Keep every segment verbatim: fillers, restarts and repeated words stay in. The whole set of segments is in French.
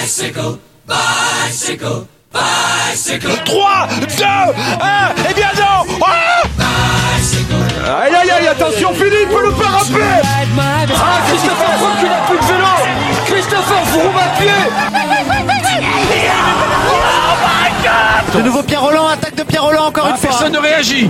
Bicycle, bicycle, bicycle. trois, deux, un, et bien non. Ah aïe aïe aïe, attention Philippe, le parapet. Ah, Christopher Froome qui n'a plus de vélo. Christopher Froome à pied. Oh my God. De nouveau Pierre Rolland, attaque de Pierre Rolland encore ah, une fois. Personne ne réagit.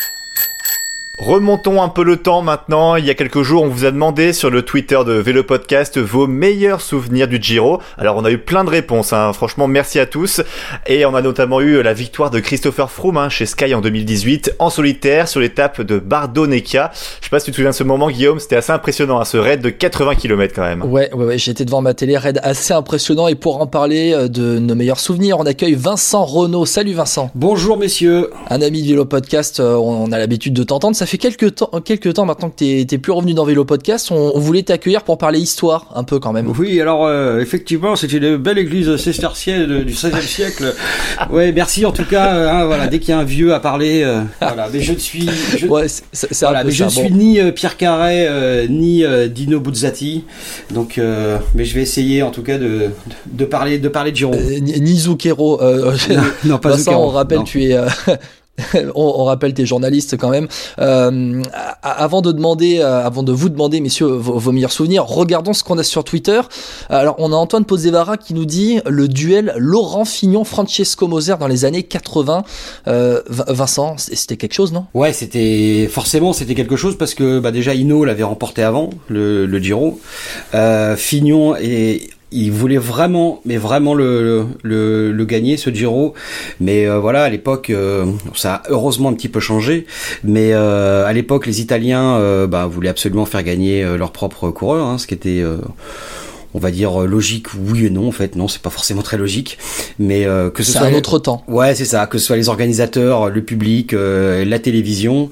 Remontons un peu le temps maintenant. Il y a quelques jours, on vous a demandé sur le Twitter de Vélo Podcast vos meilleurs souvenirs du Giro. Alors, on a eu plein de réponses, hein. Franchement, merci à tous. Et on a notamment eu la victoire de Christopher Froome hein, chez Sky en deux mille dix-huit, en solitaire, sur l'étape de Bardonecchia. Je sais pas si tu te souviens de ce moment, Guillaume, c'était assez impressionnant, hein, ce raid de quatre-vingts kilomètres quand même. Ouais, ouais, ouais, j'étais devant ma télé, raid assez impressionnant. Et pour en parler de nos meilleurs souvenirs, on accueille Vincent Renaud. Salut Vincent. Bonjour messieurs. Un ami de Vélo Podcast, on a l'habitude de t'entendre. Ça fait quelques temps, quelques temps maintenant que t'es, t'es plus revenu dans Vélo Podcast. On, on voulait t'accueillir pour parler histoire, un peu quand même. Oui, alors euh, effectivement, c'est une belle église cistercienne du seizième siècle. Ouais, merci en tout cas. Euh, hein, voilà, dès qu'il y a un vieux à parler, euh, voilà. Mais je ne suis, je, ouais, c'est, c'est voilà, un peu mais ça. je ne bon. suis ni euh, Pierre Carré euh, ni euh, Dino Buzzati. Donc, euh, mais je vais essayer en tout cas de de parler de parler de Giro. Euh, ni Zucchero. Euh, non, non, pas Vincent, Zucchero. on rappelle, Non. tu es. Euh, on, on rappelle tes journalistes quand même. Euh, avant de demander, euh, avant de vous demander, messieurs, vos, vos meilleurs souvenirs, regardons ce qu'on a sur Twitter. Alors, on a Antoine Posevara qui nous dit le duel Laurent Fignon-Francesco Moser dans les années quatre-vingts. Euh, Vincent, c'était quelque chose, non ? Ouais, c'était forcément c'était quelque chose parce que bah déjà Hinault l'avait remporté avant le, le Giro. Euh, Fignon et il voulait vraiment, mais vraiment le le, le gagner ce Giro, mais euh, voilà à l'époque euh, ça a heureusement un petit peu changé, mais euh, à l'époque les Italiens euh, bah, voulaient absolument faire gagner euh, leur propre coureur, hein, ce qui était euh, on va dire logique, oui et non en fait, non c'est pas forcément très logique, mais euh, que ce c'est soit un les... autre temps. Ouais c'est ça, que ce soit les organisateurs, le public, euh, la télévision,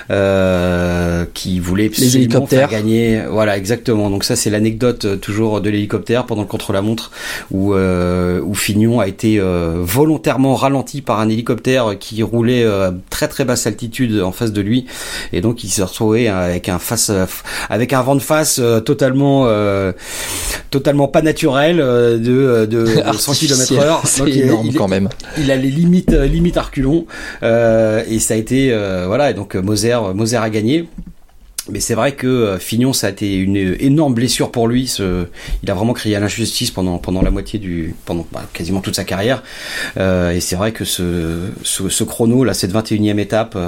euh, qui voulaient absolument les hélicoptères. faire gagner, voilà exactement. Donc ça c'est l'anecdote euh, toujours de l'hélicoptère pendant le contre-la-montre où euh, où Fignon a été euh, volontairement ralenti par un hélicoptère qui roulait euh, à très très basse altitude en face de lui, et donc il s'est retrouvé avec un face avec un vent de face euh, totalement euh, totalement pas naturel euh, de, de, de cent kilomètres heure. C'est donc, énorme il, quand même. Il a les limites, limites à reculons, euh, et ça a été, euh, voilà, et donc Moser, Moser a gagné. Mais c'est vrai que Fignon, ça a été une énorme blessure pour lui. Ce, il a vraiment crié à l'injustice pendant pendant la moitié du, pendant bah, quasiment toute sa carrière. Euh, et c'est vrai que ce, ce ce chrono là, cette vingt et unième étape,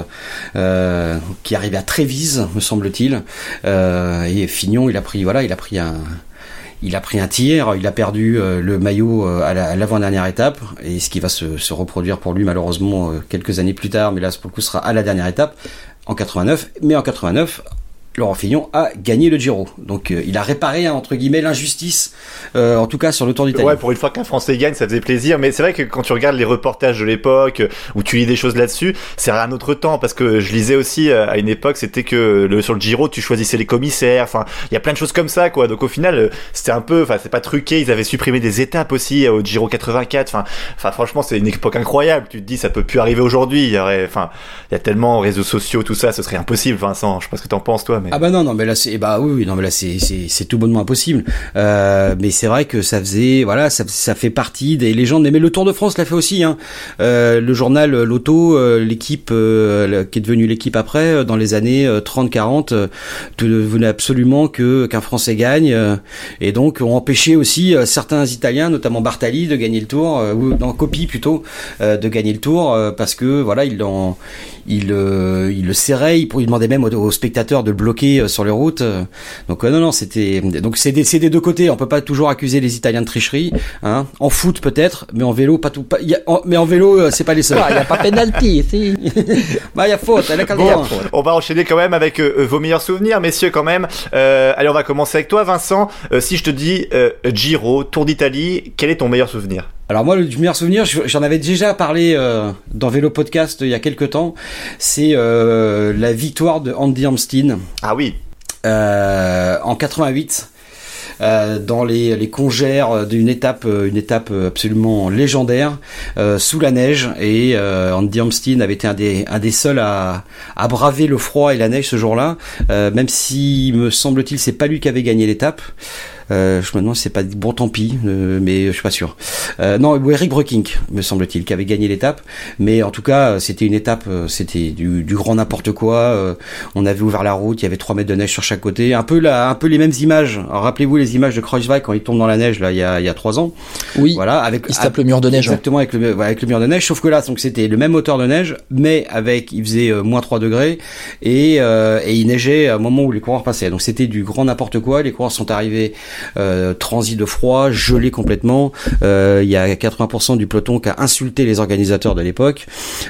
euh, qui arrivait à Trévise, me semble-t-il. Euh, et Fignon, il a pris, voilà, il a pris un Il a pris un tir, il a perdu euh, le maillot euh, à, la, à l'avant-dernière étape, et ce qui va se, se reproduire pour lui malheureusement euh, quelques années plus tard, mais là pour le coup sera à la dernière étape, en quatre-vingt-neuf. Mais en quatre-vingt-neuf, Laurent Fignon a gagné le Giro. Donc euh, il a réparé hein, entre guillemets l'injustice, euh, en tout cas sur le Tour d'Italie. Ouais, pour une fois qu'un Français gagne, ça faisait plaisir. Mais c'est vrai que quand tu regardes les reportages de l'époque, où tu lis des choses là-dessus, c'est un autre temps. Parce que je lisais aussi à une époque, c'était que le, sur le Giro, tu choisissais les commissaires. Enfin, il y a plein de choses comme ça, quoi. Donc au final, c'était un peu, enfin, c'est pas truqué. Ils avaient supprimé des étapes aussi au Giro quatre-vingt-quatre. Enfin, enfin, franchement, c'est une époque incroyable. Tu te dis, ça peut plus arriver aujourd'hui. Il y aurait, enfin, il y a tellement réseaux sociaux, tout ça, ce serait impossible, Vincent. Je sais pas ce que t'en penses, toi, mais. Ah bah non, non, mais là c'est, bah oui, oui, non, mais là c'est, c'est, c'est tout bonnement impossible. Euh, mais c'est vrai que ça faisait, voilà, ça, ça fait partie des légendes. Mais le Tour de France l'a fait aussi, hein. Euh, le journal L'Auto, euh, l'équipe euh, qui est devenue l'équipe après, euh, dans les années euh, trente quarante, euh, devenait absolument que qu'un Français gagne, euh, et donc ont empêché aussi euh, certains Italiens, notamment Bartali, de gagner le Tour, euh, ou non, Coppi plutôt, euh, de gagner le Tour, euh, parce que voilà, ils l'ont il, euh, il le serrait, il, il demandait même aux, aux spectateurs de le bloquer euh, sur les routes. Donc euh, non, non, c'était donc c'est des, c'est des deux côtés. On peut pas toujours accuser les Italiens de tricherie, hein. En foot peut-être, mais en vélo pas tout. Pas, y a, en, mais en vélo, euh, c'est pas les seuls. Il y a pas penalty, si. Bah il y a faute, elle a qu'à le Bon, dire. on va enchaîner quand même avec euh, vos meilleurs souvenirs, messieurs, quand même. Euh, allez, on va commencer avec toi, Vincent. Euh, si je te dis euh, Giro, Tour d'Italie, quel est ton meilleur souvenir ? Alors moi, le meilleur souvenir, j'en avais déjà parlé euh, dans Vélo Podcast il y a quelques temps, c'est euh, la victoire de Andy Hamstin. Ah oui. Euh, en quatre-vingt-huit. Euh, dans les, les congères d'une étape, une étape absolument légendaire, euh, sous la neige, et euh, Andy Hamstin avait été un des, un des seuls à, à braver le froid et la neige ce jour-là, euh, même si, me semble-t-il, c'est pas lui qui avait gagné l'étape. Euh, je me demande si c'est pas bon, tant pis, euh, mais je suis pas sûr. Euh, non, Eric Breukink, me semble-t-il, qui avait gagné l'étape. Mais en tout cas, c'était une étape, c'était du, du grand n'importe quoi. Euh, on avait ouvert la route, il y avait trois mètres de neige sur chaque côté. Un peu la, un peu les mêmes images. Alors, rappelez-vous les images de Kruijswijk quand il tombe dans la neige là, il y a, il y a trois ans. Oui. Voilà, avec il se tape le mur de neige. Exactement, avec le, ouais, avec le mur de neige. Sauf que là, donc c'était le même hauteur de neige, mais avec, il faisait euh, moins trois degrés et, euh, et il neigeait au moment où les coureurs passaient. Donc c'était du grand n'importe quoi. Les coureurs sont arrivés euh, transis de froid, gelés complètement. Euh, il y a quatre-vingts pour cent du peloton qui a insulté les organisateurs de l'époque.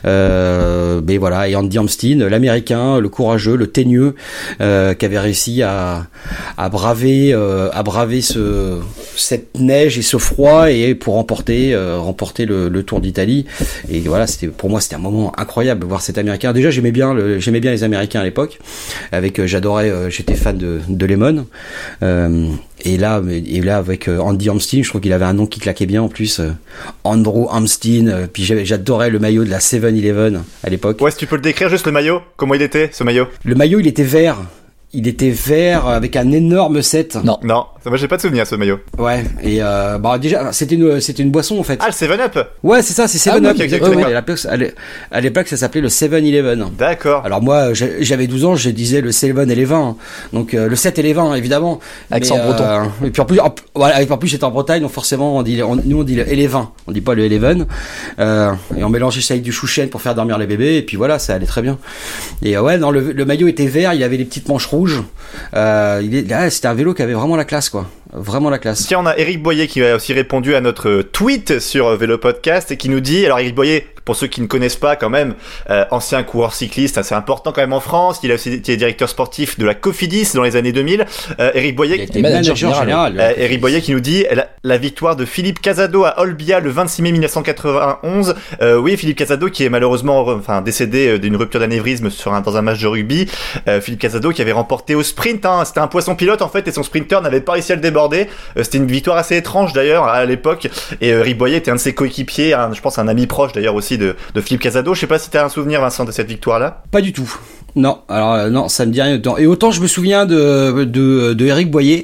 Euh, mais voilà, et Andy Amsteen, l'américain, le courageux, le teigneux, euh, qui avait réussi à, à braver, euh, à braver ce, cette neige et ce froid et pour remporter, euh, remporter le, le Tour d'Italie. Et voilà, c'était, pour moi, c'était un moment incroyable de voir cet américain. Déjà, j'aimais bien le, j'aimais bien les Américains à l'époque. Avec, euh, j'adorais, euh, j'étais fan de, de Lemon. Euh, Et là, et là avec Andy Amsteen, je trouve qu'il avait un nom qui claquait bien en plus. Andrew Amsteen. Puis j'adorais le maillot de la seven eleven à l'époque. Ouais, si tu peux le décrire juste le maillot, comment il était ce maillot? Le maillot, il était vert. Il était vert avec un énorme sept. Non. Non, moi j'ai pas de souvenir ce maillot. Ouais, et euh, bah déjà c'était une c'était une boisson en fait. Ah, le seven up. Ouais, c'est ça, c'est seven ah, up oui, exactement. ouais, ouais. À l'époque, à l'époque ça s'appelait le seven eleven. D'accord. Alors moi j'avais douze ans, je disais le seven et les vingt. Donc euh, le sept et les vingt évidemment. Accent mais, breton. Euh, et puis en plus en, voilà, en plus j'étais en Bretagne, donc forcément on dit on, nous on dit le et les vingt, on dit pas le eleven. Euh, et on mélangeait ça avec du chouchen pour faire dormir les bébés et puis voilà, ça allait très bien. Et euh, ouais, non le, le maillot était vert, il avait les petites manches rouges. Euh, il est, là, c'était un vélo qui avait vraiment la classe, quoi. Vraiment la classe. Tiens, on a Eric Boyer qui a aussi répondu à notre tweet sur Vélo Podcast et qui nous dit, alors Eric Boyer, pour ceux qui ne connaissent pas quand même, euh, ancien coureur cycliste, assez important quand même en France, il a aussi été directeur sportif de la Cofidis dans les années deux mille. Euh, Eric Boyer, il était manager général. général euh, Eric Boyer qui nous dit la, la victoire de Philippe Casado à Olbia le vingt-six mai mille neuf cent quatre-vingt-onze. Euh, oui, Philippe Casado qui est malheureusement enfin décédé d'une rupture d'anévrisme sur un, dans un match de rugby. Euh, Philippe Casado qui avait remporté au sprint, hein, c'était un poisson pilote en fait et son sprinter n'avait pas réussi à le déborder. Euh, c'était une victoire assez étrange d'ailleurs à l'époque et euh, Eric Boyer était un de ses coéquipiers, un, je pense un ami proche d'ailleurs aussi de, de Philippe Casado. Je sais pas si t'as un souvenir Vincent de cette victoire là. Pas du tout. Non, alors euh, non, ça me dit rien autant. Et autant je me souviens de de, de Eric Boyer,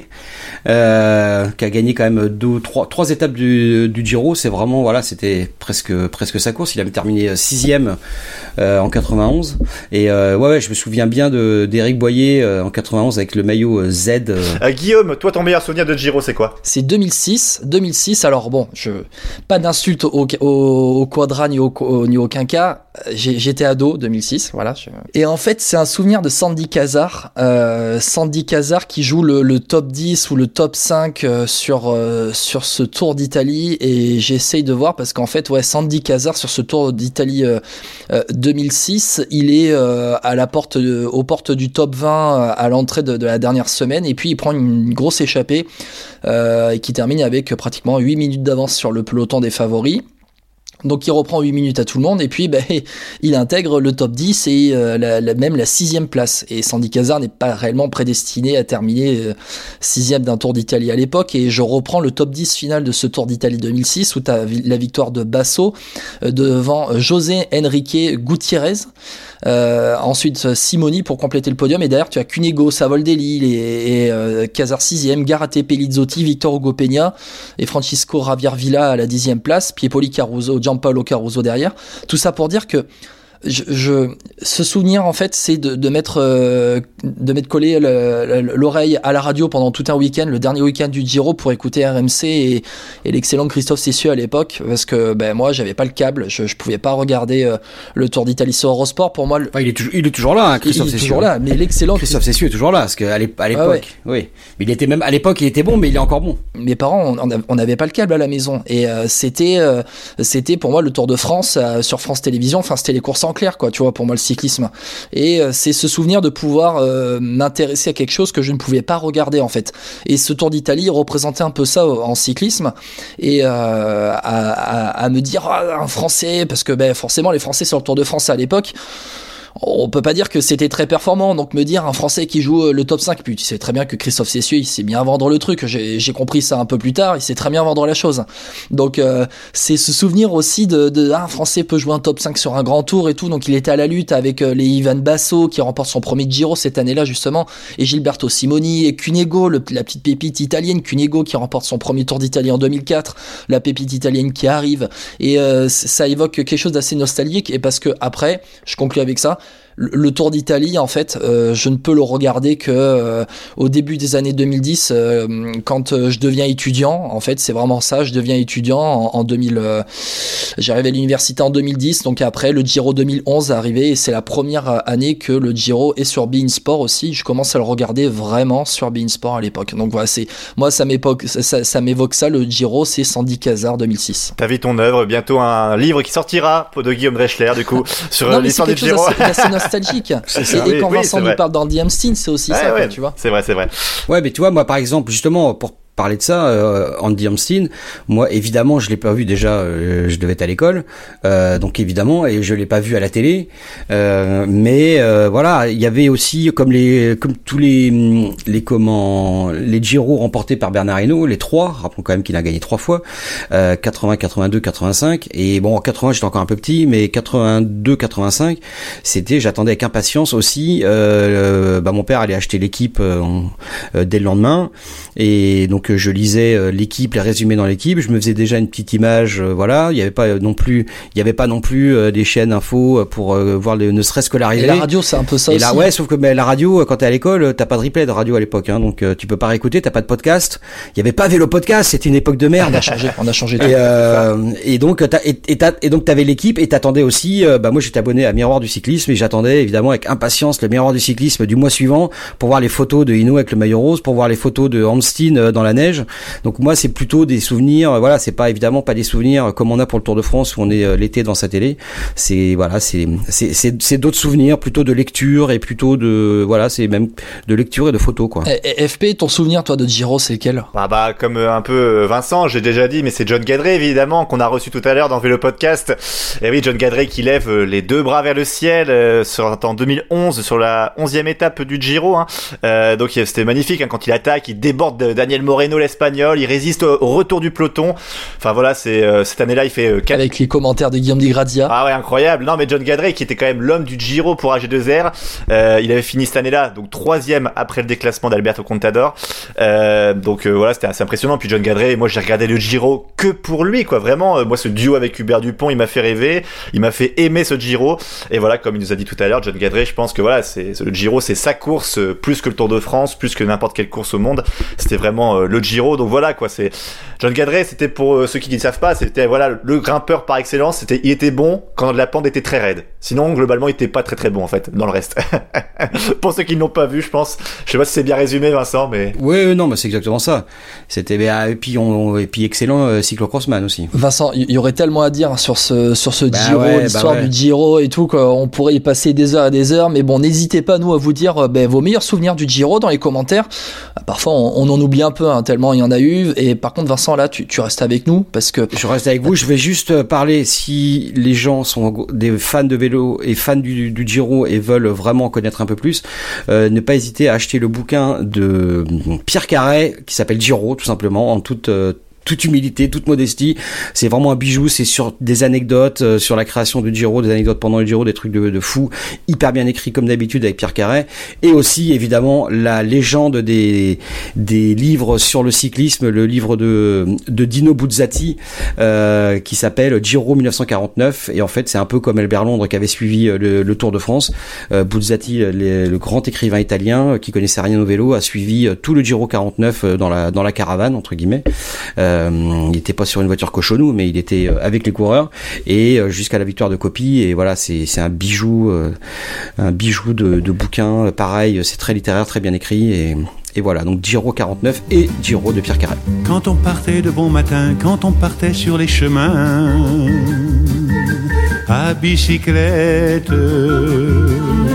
euh, qui a gagné quand même deux, trois, trois étapes du, du Giro. C'est vraiment voilà, c'était presque presque sa course. Il avait terminé sixième euh, en quatre-vingt-onze. Et euh, ouais, ouais, je me souviens bien de d'Eric Boyer euh, en quatre-vingt-onze avec le maillot euh, Z. Euh... Euh, Guillaume, toi ton meilleur souvenir de Giro c'est quoi? C'est deux mille six. deux mille six. Alors bon, je pas d'insulte au, au, au Quadra ni au, au ni au Quinca. J'ai, j'étais ado deux mille six, voilà. Je... Et en fait, c'est un souvenir de Sandy Cazard, euh, Sandy Cazard qui joue le, le top dix ou le top cinq euh, sur euh, sur ce Tour d'Italie et j'essaye de voir parce qu'en fait, ouais, Sandy Cazard sur ce Tour d'Italie euh, euh, deux mille six, il est euh, à la porte, euh, aux portes du top vingt euh, à l'entrée de, de la dernière semaine et puis il prend une, une grosse échappée euh, et qui termine avec pratiquement huit minutes d'avance sur le peloton des favoris. Donc il reprend huit minutes à tout le monde et puis ben, il intègre le top dix et euh, la, la, même la sixième place. Et Sandy Cazard n'est pas réellement prédestiné à terminer euh, sixième d'un Tour d'Italie à l'époque. Et je reprends le top dix final de ce Tour d'Italie deux mille six où tu as la victoire de Basso euh, devant José Enrique Gutiérrez. Euh, ensuite Simoni pour compléter le podium et derrière tu as Cunego, Savoldelli et, et euh, Cazard sixième, Garate Pelizzotti, Victor Hugo Peña et Francisco Javier Villa à la dixième place, Piepoli Caruso, Gianpaolo Caruso derrière. Tout ça pour dire que Je, je, ce souvenir en fait c'est de, de mettre euh, de mettre collé le, l'oreille à la radio pendant tout un week-end, le dernier week-end du Giro pour écouter R M C et, et l'excellent Christophe Cessieux à l'époque parce que ben moi j'avais pas le câble, je, je pouvais pas regarder euh, le Tour d'Italie sur Eurosport. Pour moi le... enfin, il est toujours il est toujours là hein, Christophe il est Cessieux toujours là mais l'excellent Christophe Cessieux est toujours là parce qu'à l'époque ah ouais. oui mais il était même à l'époque il était bon mais il est encore bon. Mes parents on n'avait pas le câble à la maison et euh, c'était euh, c'était pour moi le Tour de France euh, sur France Télévisions, enfin c'était les courses en clair quoi, tu vois, pour moi le cyclisme et euh, c'est ce souvenir de pouvoir euh, m'intéresser à quelque chose que je ne pouvais pas regarder en fait et ce Tour d'Italie représentait un peu ça en cyclisme et euh, à, à, à me dire ah, un Français parce que ben, forcément les Français sur le Tour de France à l'époque on peut pas dire que c'était très performant. Donc me dire un Français qui joue le top cinq, puis tu sais très bien que Christophe Cessieux, il sait bien vendre le truc. J'ai, j'ai compris ça un peu plus tard. Il sait très bien vendre la chose. Donc euh, c'est se souvenir aussi de, de ah, un Français peut jouer un top cinq sur un grand tour et tout. Donc il était à la lutte avec euh, les Ivan Basso qui remporte son premier Giro cette année-là justement, et Gilberto Simoni et Cunego, le, la petite pépite italienne, Cunego qui remporte son premier Tour d'Italie en deux mille quatre, la pépite italienne qui arrive, et euh, ça évoque quelque chose d'assez nostalgique. Et parce que après, je conclue avec ça, le Tour d'Italie, en fait, euh, je ne peux le regarder que euh, au début des années deux mille dix, euh, quand euh, je deviens étudiant. En fait, c'est vraiment ça. Je deviens étudiant en, en deux mille. Euh, j'arrive à l'université en deux mille dix, donc après le Giro deux mille onze est arrivé, et c'est la première année que le Giro est sur beIN Sport aussi. Je commence à le regarder vraiment sur beIN Sport à l'époque. Donc voilà, c'est moi ça m'évoque ça, ça, ça m'évoque ça. Le Giro, c'est Sandy Cazard deux mille six. T'as vu ton œuvre, bientôt un livre qui sortira de Guillaume Dreschler du coup sur non, l'histoire du Giro. Nostalgique. Et, et quand oui, Vincent nous parle d'Andy Hamstin, c'est aussi ouais, ça, ouais, quoi, tu vois. C'est vrai, c'est vrai. Ouais, mais tu vois, moi, par exemple, justement, pour parler de ça, euh, Andy Hamstin, moi évidemment je l'ai pas vu déjà, euh, je devais être à l'école, euh, donc évidemment, et je l'ai pas vu à la télé, euh, mais euh, voilà, il y avait aussi comme les comme tous les les comment les Giro remportés par Bernard Hinault, les trois, rappelons quand même qu'il a gagné trois fois, euh, quatre-vingts, quatre-vingt-deux, quatre-vingt-cinq, et bon en quatre-vingts j'étais encore un peu petit, mais quatre-vingt-deux, quatre-vingt-cinq, c'était, j'attendais avec impatience aussi, euh, bah mon père allait acheter l'équipe euh, euh, dès le lendemain, et donc que je lisais euh, l'équipe, les résumés dans l'équipe, je me faisais déjà une petite image, euh, voilà, il y avait pas euh, non plus, il y avait pas non plus euh, des chaînes info pour euh, voir les, ne serait-ce que l'arrivée. Et la radio, c'est un peu ça et aussi. Là, ouais, sauf que mais la radio, quand t'es à l'école, t'as pas de replay de radio à l'époque, hein, donc euh, tu peux pas réécouter, t'as pas de podcast. Il y avait pas Vélo Podcast, c'était une époque de merde. On a changé, on a changé. Et, euh, et donc t'as, et, et, t'as, et donc t'avais l'équipe et t'attendais aussi. Euh, bah moi j'étais abonné à Miroir du cyclisme et j'attendais évidemment avec impatience le Miroir du cyclisme du mois suivant pour voir les photos de Hinault avec le maillot rose, pour voir les photos de Hamstin euh, dans la neige. Donc moi c'est plutôt des souvenirs, voilà, c'est pas évidemment pas des souvenirs comme on a pour le Tour de France où on est euh, l'été dans sa télé. C'est voilà, c'est c'est c'est, c'est d'autres souvenirs, plutôt de lecture et plutôt de voilà, c'est même de lecture et de photos quoi. Et, et F P, ton souvenir toi de Giro, c'est lequel? Ah bah comme euh, un peu Vincent, j'ai déjà dit, mais c'est John Gadret évidemment qu'on a reçu tout à l'heure dans Vélo Podcast. Et oui, John Gadret qui lève euh, les deux bras vers le ciel euh, sur, en deux mille onze sur la onzième étape du Giro. Hein. Euh, donc c'était magnifique hein, quand il attaque, il déborde de Daniel Moreno l'espagnol, il résiste au, au retour du peloton. Enfin voilà, c'est euh, cette année-là il fait euh, quatre... avec les commentaires de Guillaume Di Grazia. Ah ouais, incroyable. Non mais John Gadret qui était quand même l'homme du Giro pour A G deux R, euh, il avait fini cette année-là donc troisième après le déclassement d'Alberto Contador. Euh, donc euh, voilà, c'était assez impressionnant. Puis John Gadret, moi j'ai regardé le Giro que pour lui quoi, vraiment. Euh, moi ce duo avec Hubert Dupont, il m'a fait rêver, il m'a fait aimer ce Giro. Et voilà, comme il nous a dit tout à l'heure, John Gadret, je pense que voilà, c'est, c'est le Giro, c'est sa course euh, plus que le Tour de France, plus que n'importe quelle course au monde. C'était vraiment euh, le Giro. Donc voilà quoi, c'est John Gadret, c'était pour euh, ceux qui ne savent pas, c'était voilà le grimpeur par excellence. C'était, il était bon quand la pente était très raide. Sinon globalement, il était pas très très bon en fait dans le reste. Pour ceux qui ne l'ont pas vu, je pense. Je sais pas si c'est bien résumé, Vincent, mais oui, non, mais c'est exactement ça. C'était et puis on et puis excellent euh, cyclocrossman aussi. Vincent, il y aurait tellement à dire sur ce sur ce bah Giro, ouais, l'histoire bah ouais. du Giro et tout, quoi. On pourrait y passer des heures et des heures, mais bon, n'hésitez pas nous à vous dire ben, vos meilleurs souvenirs du Giro dans les commentaires. Parfois, on, on en oublie un peu, hein, tellement il y en a eu. Et par contre, Vincent, là, tu, tu restes avec nous parce que je reste avec vous. Je vais juste parler si les gens sont des fans de vélo et fans du, du Giro et veulent vraiment connaître un peu plus, euh, ne pas hésiter à acheter le bouquin de Pierre Carret qui s'appelle Giro, tout simplement, en toute euh, toute humilité, toute modestie. C'est vraiment un bijou, c'est sur des anecdotes, euh, sur la création du Giro, des anecdotes pendant le Giro, des trucs de, de fou, hyper bien écrit comme d'habitude avec Pierre Carret. Et aussi, évidemment, la légende des, des livres sur le cyclisme, le livre de, de Dino Buzzati, euh, qui s'appelle Giro dix-neuf cent quarante-neuf. Et en fait, c'est un peu comme Albert Londres qui avait suivi le, le Tour de France. Euh, Buzzati, le, le grand écrivain italien, qui connaissait rien au vélo, a suivi tout le Giro quarante-neuf dans la, dans la caravane, entre guillemets. Euh, il n'était pas sur une voiture cochonou, mais il était avec les coureurs et jusqu'à la victoire de Coppi. Et voilà, c'est c'est un bijou, un bijou de, de bouquin. Pareil, c'est très littéraire, très bien écrit et Et voilà, donc Giro quarante-neuf et Giro de Pierre Carret. Quand on partait de bon matin, quand on partait sur les chemins à bicyclette,